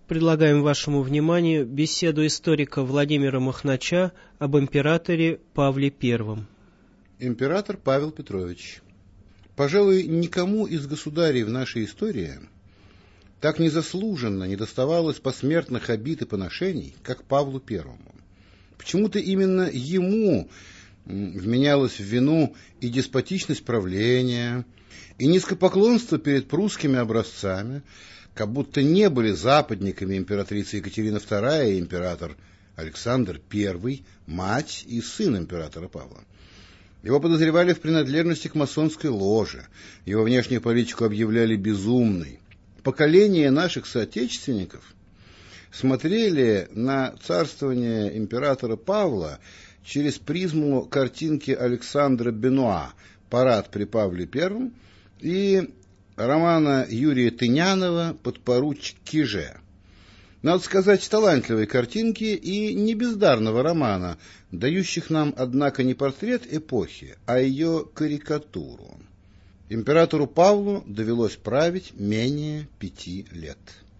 Предлагаем вашему вниманию беседу историка Владимира Махнача об императоре Павле I. Император Павел Петрович. Пожалуй, никому из государей в нашей истории так незаслуженно не доставалось посмертных обид и поношений, как Павлу I. Почему-то именно ему вменялось в вину и деспотичность правления, и низкопоклонство перед прусскими образцами, как будто не были западниками императрица Екатерина II и император Александр I, мать и сын императора Павла. Его подозревали в принадлежности к масонской ложе, его внешнюю политику объявляли безумной. Поколение наших соотечественников смотрели на царствование императора Павла через призму картинки Александра Бенуа «Парад при Павле I» и романа Юрия Тынянова «Подпоручик Киже». Надо сказать, талантливой картинки и не бездарного романа, дающих нам, однако, не портрет эпохи, а ее карикатуру. Императору Павлу довелось править менее 5 лет.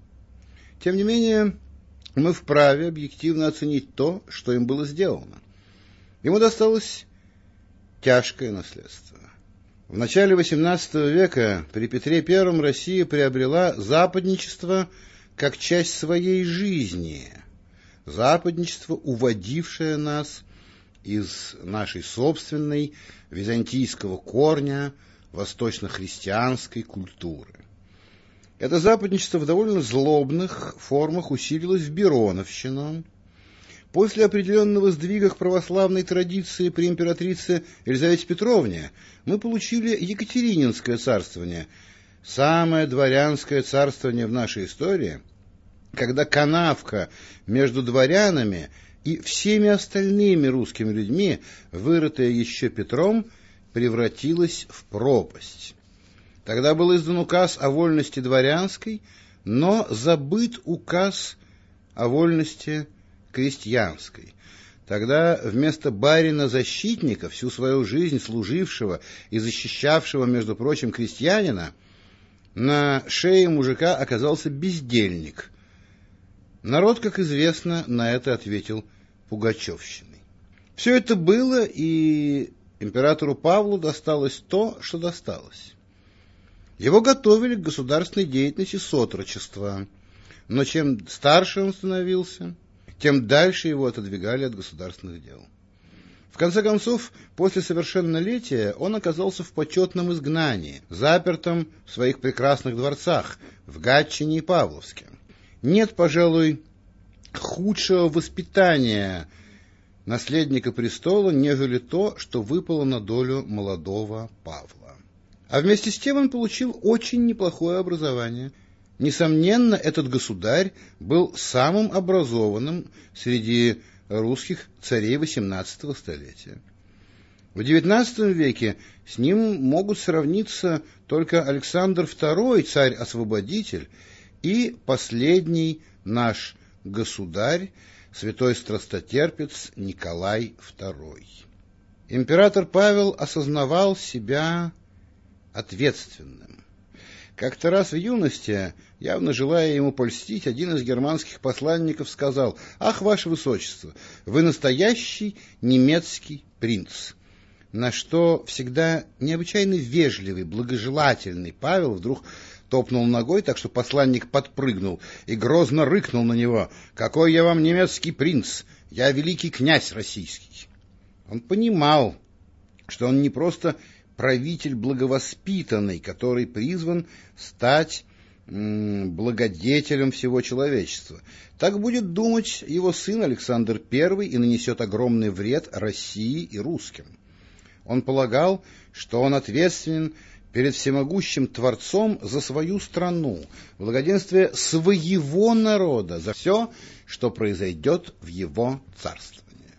Тем не менее, мы вправе объективно оценить то, что им было сделано. Ему досталось тяжкое наследство. В начале XVIII века при Петре I Россия приобрела западничество как часть своей жизни, западничество, уводившее нас из нашей собственной византийского корня восточно-христианской культуры. Это западничество в довольно злобных формах усилилось в Бероновщину. После определенного сдвига к православной традиции при императрице Елизавете Петровне мы получили Екатерининское царствование, самое дворянское царствование в нашей истории, когда канавка между дворянами и всеми остальными русскими людьми, вырытая еще Петром, превратилась в пропасть. Тогда был издан указ о вольности дворянской, но забыт указ о вольности крестьянской. Тогда вместо барина-защитника, всю свою жизнь служившего и защищавшего, между прочим, крестьянина, на шее мужика оказался бездельник. Народ, как известно, на это ответил пугачевщиной. Все это было, и императору Павлу досталось то, что досталось. Его готовили к государственной деятельности с отрочества, но чем старше он становился, тем дальше его отодвигали от государственных дел. В конце концов, после совершеннолетия он оказался в почетном изгнании, запертом в своих прекрасных дворцах в Гатчине и Павловске. Нет, пожалуй, худшего воспитания наследника престола, нежели то, что выпало на долю молодого Павла. А вместе с тем он получил очень неплохое образование. Несомненно, этот государь был самым образованным среди русских царей XVIII столетия. В XIX веке с ним могут сравниться только Александр II, царь-освободитель, и последний наш государь, святой страстотерпец Николай II. Император Павел осознавал себя ответственным. Как-то раз в юности, явно желая ему польстить, один из германских посланников сказал: «Ах, ваше высочество, вы настоящий немецкий принц». На что всегда необычайно вежливый, благожелательный Павел вдруг топнул ногой, так что посланник подпрыгнул и грозно рыкнул на него: «Какой я вам немецкий принц? Я великий князь российский». Он понимал, что он не просто правитель благовоспитанный, который призван стать благодетелем всего человечества. Так будет думать его сын Александр I и нанесет огромный вред России и русским. Он полагал, что он ответственен перед всемогущим Творцом за свою страну, благоденствие своего народа, за все, что произойдет в его царствовании.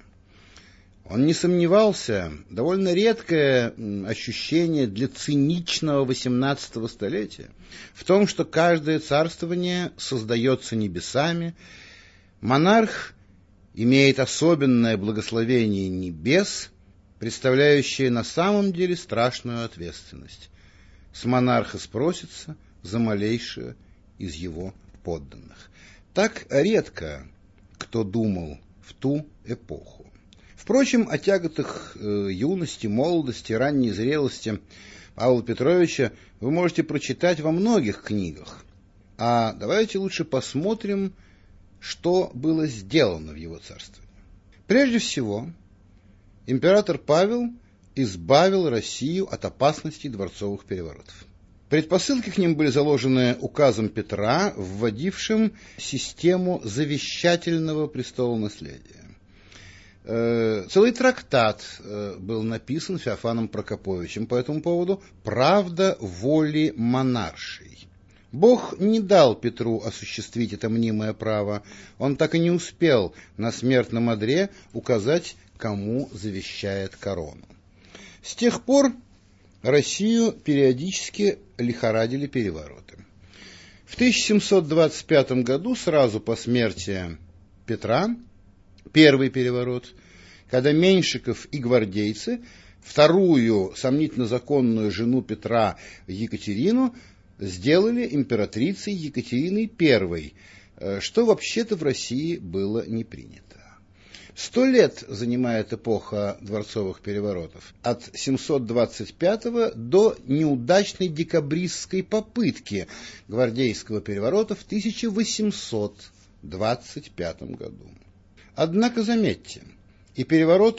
Он не сомневался, довольно редкое ощущение для циничного XVIII столетия, в том, что каждое царствование создается небесами, монарх имеет особенное благословение небес, представляющее на самом деле страшную ответственность. С монарха спросится за малейшее из его подданных. Так редко кто думал в ту эпоху. Впрочем, о тяготах юности, молодости, ранней зрелости Павла Петровича вы можете прочитать во многих книгах. А давайте лучше посмотрим, что было сделано в его царстве. Прежде всего, император Павел избавил Россию от опасностей дворцовых переворотов. Предпосылки к ним были заложены указом Петра, вводившим систему завещательного престолонаследия. Целый трактат был написан Феофаном Прокоповичем по этому поводу «Правда воли монаршей». Бог не дал Петру осуществить это мнимое право, он так и не успел на смертном одре указать, кому завещает корону. С тех пор Россию периодически лихорадили перевороты. В 1725 году, сразу по смерти Петра, первый переворот, когда Меньшиков и гвардейцы вторую сомнительно законную жену Петра Екатерину сделали императрицей Екатериной I, что вообще-то в России было не принято. 100 лет занимает эпоха дворцовых переворотов, от 725 до неудачной декабристской попытки гвардейского переворота в 1825 году. Однако заметьте, и переворот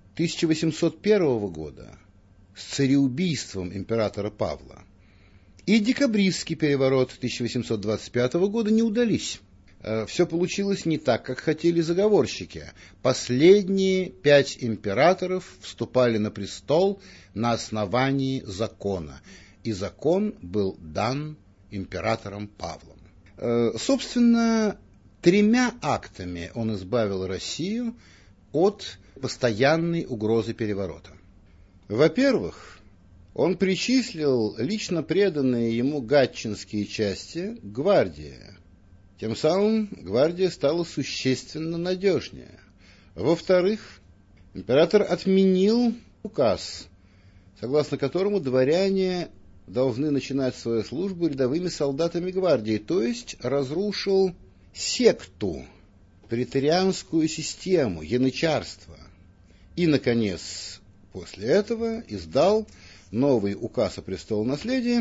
1801 года с цареубийством императора Павла, и декабристский переворот 1825 года не удались. Все получилось не так, как хотели заговорщики. Последние 5 императоров вступали на престол на основании закона, и закон был дан императором Павлом. Собственно, 3 актами он избавил Россию от постоянной угрозы переворота. Во-первых, он причислил лично преданные ему гатчинские части к гвардии. Тем самым гвардия стала существенно надежнее. Во-вторых, император отменил указ, согласно которому дворяне должны начинать свою службу рядовыми солдатами гвардии, то есть разрушил секту, преторианскую систему, янычарство. И, наконец, после этого издал новый указ о престолонаследии,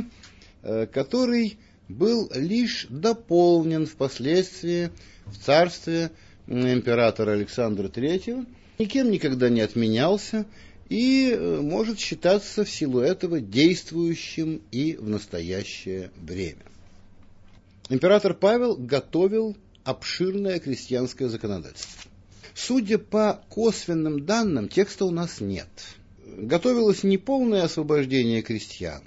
который был лишь дополнен впоследствии в царстве императора Александра III, никем никогда не отменялся и может считаться в силу этого действующим и в настоящее время. Император Павел готовил обширное крестьянское законодательство. Судя по косвенным данным, текста у нас нет. Готовилось не полное освобождение крестьян,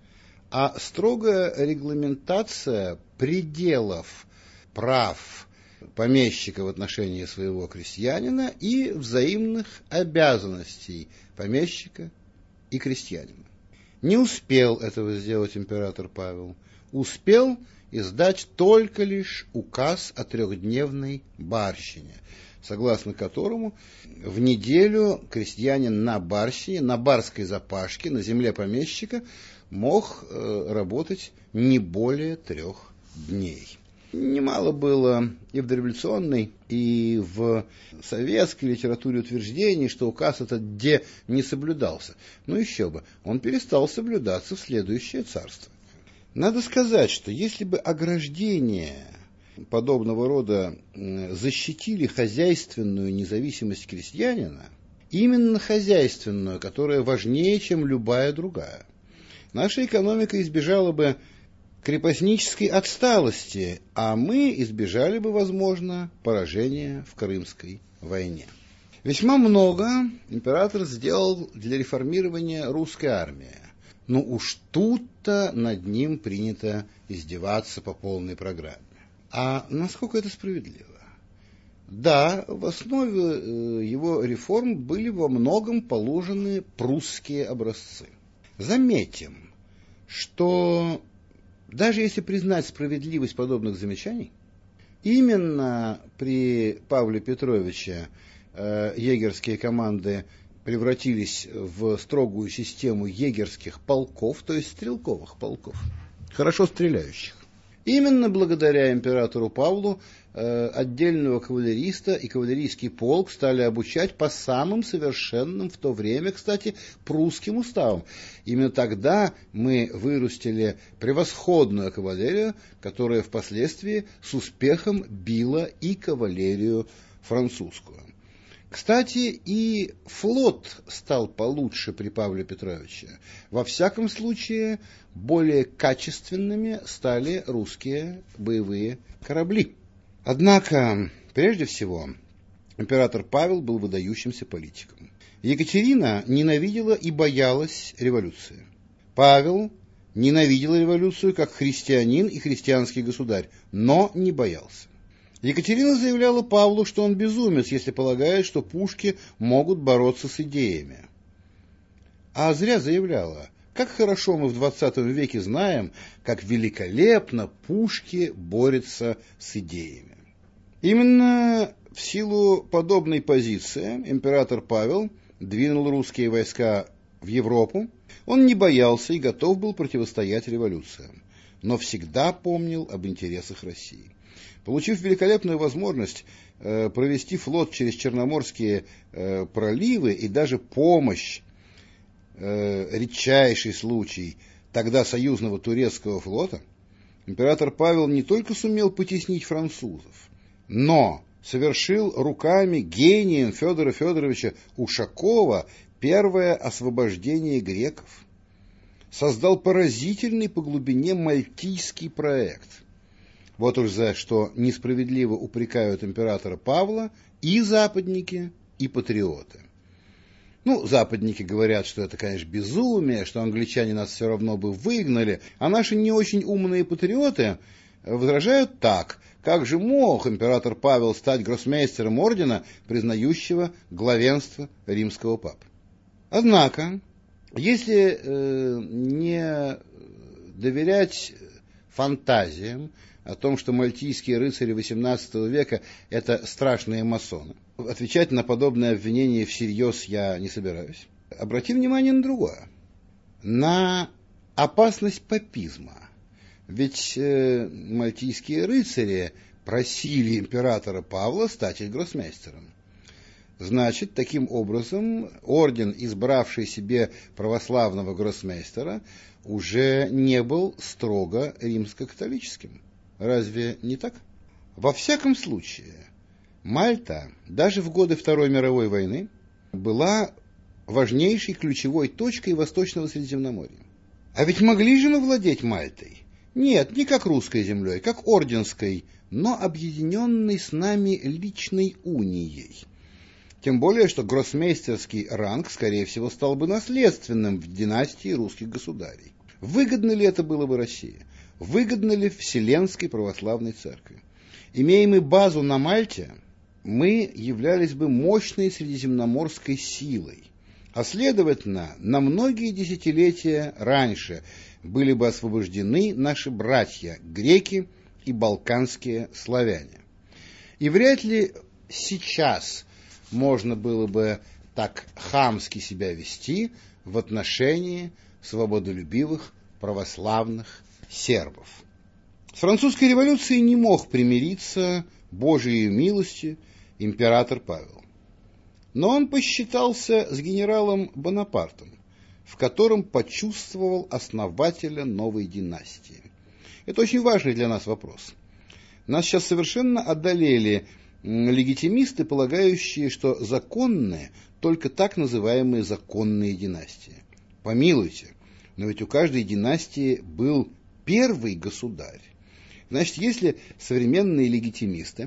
а строгая регламентация пределов прав помещика в отношении своего крестьянина и взаимных обязанностей помещика и крестьянина. Не успел этого сделать император Павел. Успел издать только лишь указ о 3-дневной барщине, согласно которому в неделю крестьянин на барщине, на барской запашке, на земле помещика мог работать не более 3 дней. Немало было и в дореволюционной, и в советской литературе утверждений, что указ этот не соблюдался. Но еще бы, он перестал соблюдаться в следующее царство. Надо сказать, что если бы ограждения подобного рода защитили хозяйственную независимость крестьянина, именно хозяйственную, которая важнее, чем любая другая, наша экономика избежала бы крепостнической отсталости, а мы избежали бы, возможно, поражения в Крымской войне. Весьма много император сделал для реформирования русской армии, но уж тут-то над ним принято издеваться по полной программе. А насколько это справедливо? Да, в основе его реформ были во многом положены прусские образцы. Заметим, что даже если признать справедливость подобных замечаний, именно при Павле Петровиче егерские команды превратились в строгую систему егерских полков, то есть стрелковых полков, хорошо стреляющих. Именно благодаря императору Павлу отдельного кавалериста и кавалерийский полк стали обучать по самым совершенным в то время, кстати, прусским уставам. Именно тогда мы вырастили превосходную кавалерию, которая впоследствии с успехом била и кавалерию французскую. Кстати, и флот стал получше при Павле Петровиче. Во всяком случае, более качественными стали русские боевые корабли. Однако, прежде всего, император Павел был выдающимся политиком. Екатерина ненавидела и боялась революции. Павел ненавидел революцию как христианин и христианский государь, но не боялся. Екатерина заявляла Павлу, что он безумец, если полагает, что пушки могут бороться с идеями. А зря заявляла. Как хорошо мы в 20 веке знаем, как великолепно пушки борются с идеями. Именно в силу подобной позиции император Павел двинул русские войска в Европу. Он не боялся и готов был противостоять революциям, но всегда помнил об интересах России. Получив великолепную возможность провести флот через Черноморские проливы и даже помощь, редчайший случай тогда союзного турецкого флота, император Павел не только сумел потеснить французов, но совершил руками гением Федора Федоровича Ушакова первое освобождение греков, создал поразительный по глубине мальтийский проект. Вот уж за что несправедливо упрекают императора Павла и западники, и патриоты. Западники говорят, что это, конечно, безумие, что англичане нас все равно бы выгнали, а наши не очень умные патриоты возражают так: как же мог император Павел стать гроссмейстером ордена, признающего главенство римского папы? Однако, если не доверять фантазиям о том, что мальтийские рыцари XVIII века – это страшные масоны, отвечать на подобное обвинение всерьез я не собираюсь. Обрати внимание на другое. На опасность папизма. Ведь мальтийские рыцари просили императора Павла стать их гроссмейстером. Значит, таким образом, орден, избравший себе православного гроссмейстера, уже не был строго римско-католическим. Разве не так? Во всяком случае, Мальта даже в годы Второй мировой войны была важнейшей ключевой точкой Восточного Средиземноморья. А ведь могли же мы владеть Мальтой? Нет, не как русской землей, как орденской, но объединенной с нами личной унией. Тем более, что гроссмейстерский ранг, скорее всего, стал бы наследственным в династии русских государей. Выгодно ли это было бы России? Выгодно ли Вселенской православной церкви? Имея мы базу на Мальте, мы являлись бы мощной средиземноморской силой, а следовательно, на многие десятилетия раньше были бы освобождены наши братья, греки и балканские славяне. И вряд ли сейчас можно было бы так хамски себя вести в отношении свободолюбивых православных сербов. С французской революцией не мог примириться Божией милостью император Павел. Но он посчитался с генералом Бонапартом, в котором почувствовал основателя новой династии. Это очень важный для нас вопрос. Нас сейчас совершенно одолели легитимисты, полагающие, что законны только так называемые законные династии. Помилуйте, но ведь у каждой династии был первый государь. Значит, если современные легитимисты,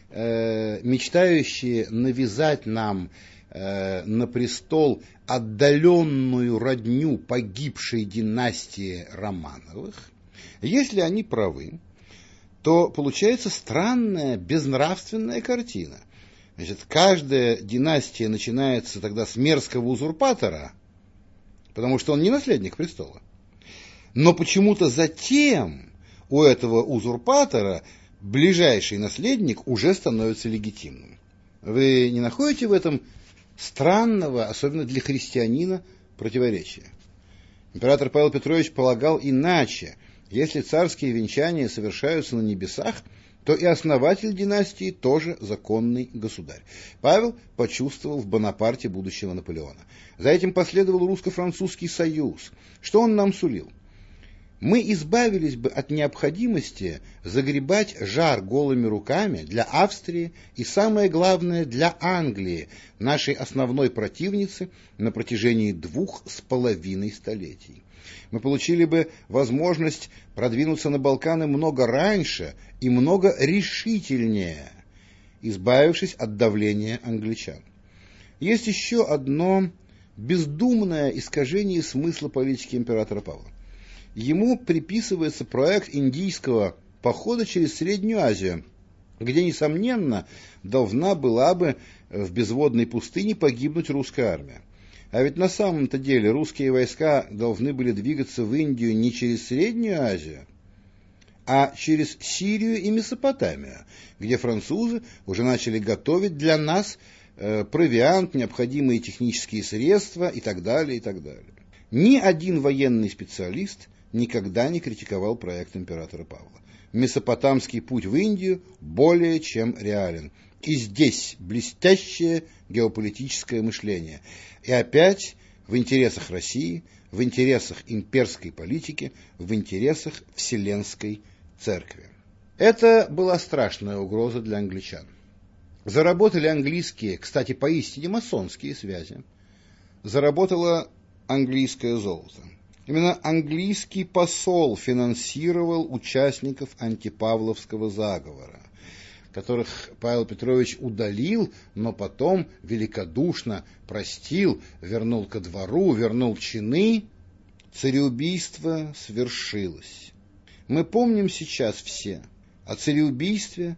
мечтающие навязать нам на престол отдаленную родню погибшей династии Романовых, если они правы, то получается странная, безнравственная картина. Значит, каждая династия начинается тогда с мерзкого узурпатора, потому что он не наследник престола. Но почему-то затем у этого узурпатора ближайший наследник уже становится легитимным. Вы не находите в этом странного, особенно для христианина, противоречия? Император Павел Петрович полагал иначе, Если царские венчания совершаются на небесах, то и основатель династии тоже законный государь. Павел почувствовал в Бонапарте будущего Наполеона. За этим последовал русско-французский союз. Что он нам сулил? Мы избавились бы от необходимости загребать жар голыми руками для Австрии и, самое главное, для Англии, нашей основной противницы на протяжении 2,5 столетий. Мы получили бы возможность продвинуться на Балканы много раньше и много решительнее, избавившись от давления англичан. Есть еще одно бездумное искажение смысла политики императора Павла. Ему приписывается проект индийского похода через Среднюю Азию, где, несомненно, должна была бы в безводной пустыне погибнуть русская армия. А ведь на самом-то деле русские войска должны были двигаться в Индию не через Среднюю Азию, а через Сирию и Месопотамию, где французы уже начали готовить для нас провиант, необходимые технические средства и так далее, и так далее. Ни один военный специалист никогда не критиковал проект императора Павла. Месопотамский путь в Индию более чем реален. И здесь блестящее геополитическое мышление. И опять в интересах России, в интересах имперской политики, в интересах Вселенской Церкви. Это была страшная угроза для англичан. Заработали английские, кстати, поистине масонские связи. Заработало английское золото. Именно английский посол финансировал участников антипавловского заговора, которых Павел Петрович удалил, но потом великодушно простил, вернул ко двору, вернул чины. Цареубийство свершилось. Мы помним сейчас все о цареубийстве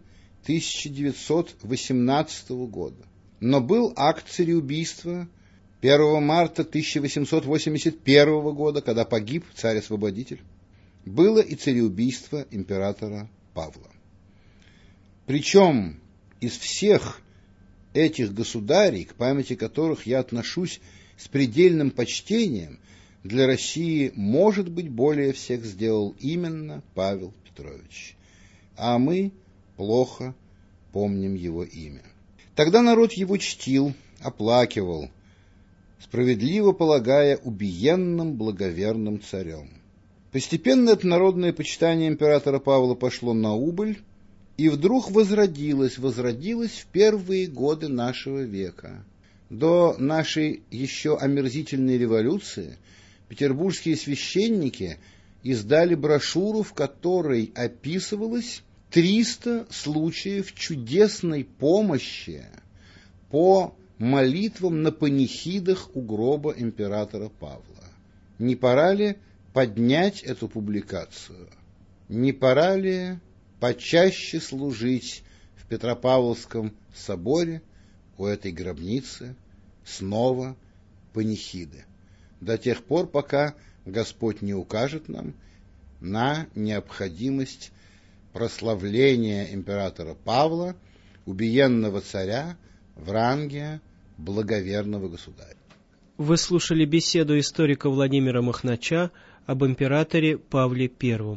1918 года. Но был акт цареубийства 1 марта 1881 года, когда погиб царь-освободитель. Было и цареубийство императора Павла. Причем из всех этих государей, к памяти которых я отношусь с предельным почтением, для России, может быть, более всех сделал именно Павел Петрович. А мы плохо помним его имя. Тогда народ его чтил, оплакивал, справедливо полагая убиенным благоверным царем. Постепенно это народное почитание императора Павла пошло на убыль, и вдруг возродилось в первые годы нашего века. До нашей еще омерзительной революции петербургские священники издали брошюру, в которой описывалось 300 случаев чудесной помощи по молитвам на панихидах у гроба императора Павла. Не пора ли поднять эту публикацию? Не пора ли почаще служить в Петропавловском соборе у этой гробницы снова панихиды? До тех пор, пока Господь не укажет нам на необходимость прославления императора Павла, убиенного царя, в ранге благоверного государя. Вы слушали беседу историка Владимира Махнача об императоре Павле I.